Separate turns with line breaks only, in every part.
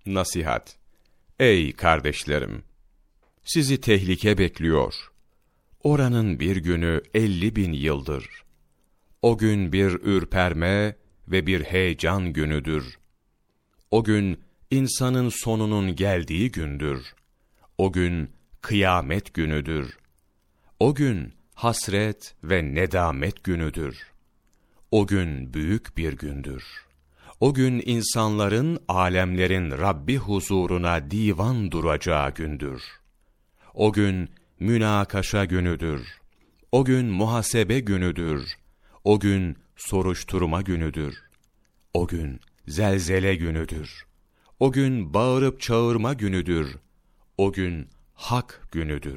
Nasihat. Ey kardeşlerim! Sizi tehlike bekliyor. Oranın bir günü 50.000 yıldır. O gün bir ürperme ve bir heyecan günüdür. O gün insanın sonunun geldiği gündür. O gün kıyamet günüdür. O gün hasret ve nedamet günüdür. O gün büyük bir gündür. O gün insanların, alemlerin Rabbi huzuruna divan duracağı gündür. O gün münakaşa günüdür. O gün muhasebe günüdür. O gün soruşturma günüdür. O gün zelzele günüdür. O gün bağırıp çağırma günüdür. O gün hak günüdür.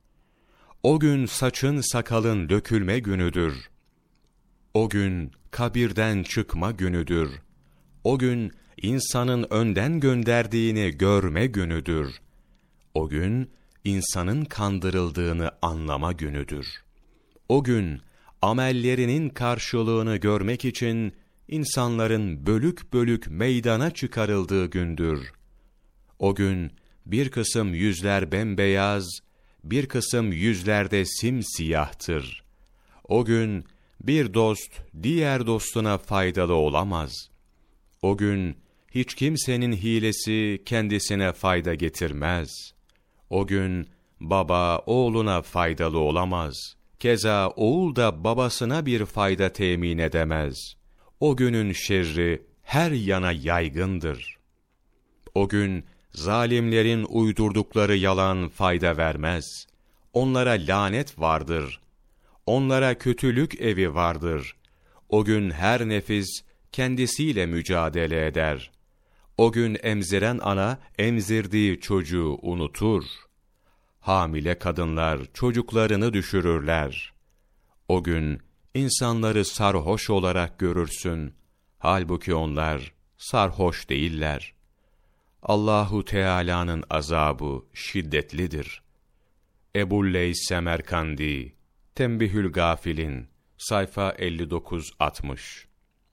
O gün saçın sakalın dökülme günüdür. O gün kabirden çıkma günüdür. O gün insanın önden gönderdiğini görme günüdür. O gün insanın kandırıldığını anlama günüdür. O gün amellerinin karşılığını görmek için insanların bölük bölük meydana çıkarıldığı gündür. O gün bir kısım yüzler bembeyaz, bir kısım yüzlerde simsiyahtır. O gün bir dost diğer dostuna faydalı olamaz. O gün hiç kimsenin hilesi kendisine fayda getirmez. O gün baba oğluna faydalı olamaz. Keza oğul da babasına bir fayda temin edemez. O günün şerri her yana yaygındır. O gün zalimlerin uydurdukları yalan fayda vermez. Onlara lanet vardır. Onlara kötülük evi vardır. O gün her nefis kendisiyle mücadele eder. O gün emziren ana emzirdiği çocuğu unutur. Hamile kadınlar çocuklarını düşürürler. O gün insanları sarhoş olarak görürsün. Halbuki onlar sarhoş değiller. Allahu Teala'nın azabı şiddetlidir. Ebu'l-Leys Semerkandi, Tembihül Gafilin, sayfa 59-60.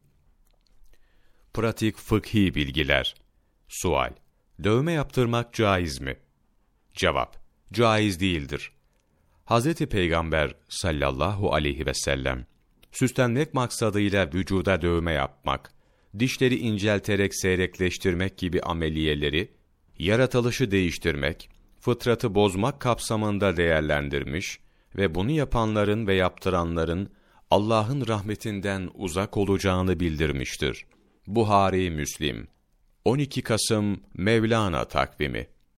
Pratik fıkhi bilgiler. Sual: dövme yaptırmak caiz mi? Cevap: caiz değildir. Hazreti Peygamber sallallahu aleyhi ve sellem, süslenmek maksadıyla vücuda dövme yapmak, dişleri incelterek seyrekleştirmek gibi ameliyeleri, yaratılışı değiştirmek, fıtratı bozmak kapsamında değerlendirmiş ve bunu yapanların ve yaptıranların Allah'ın rahmetinden uzak olacağını bildirmiştir. Buhari Müslim, 12 Kasım Mevlana takvimi.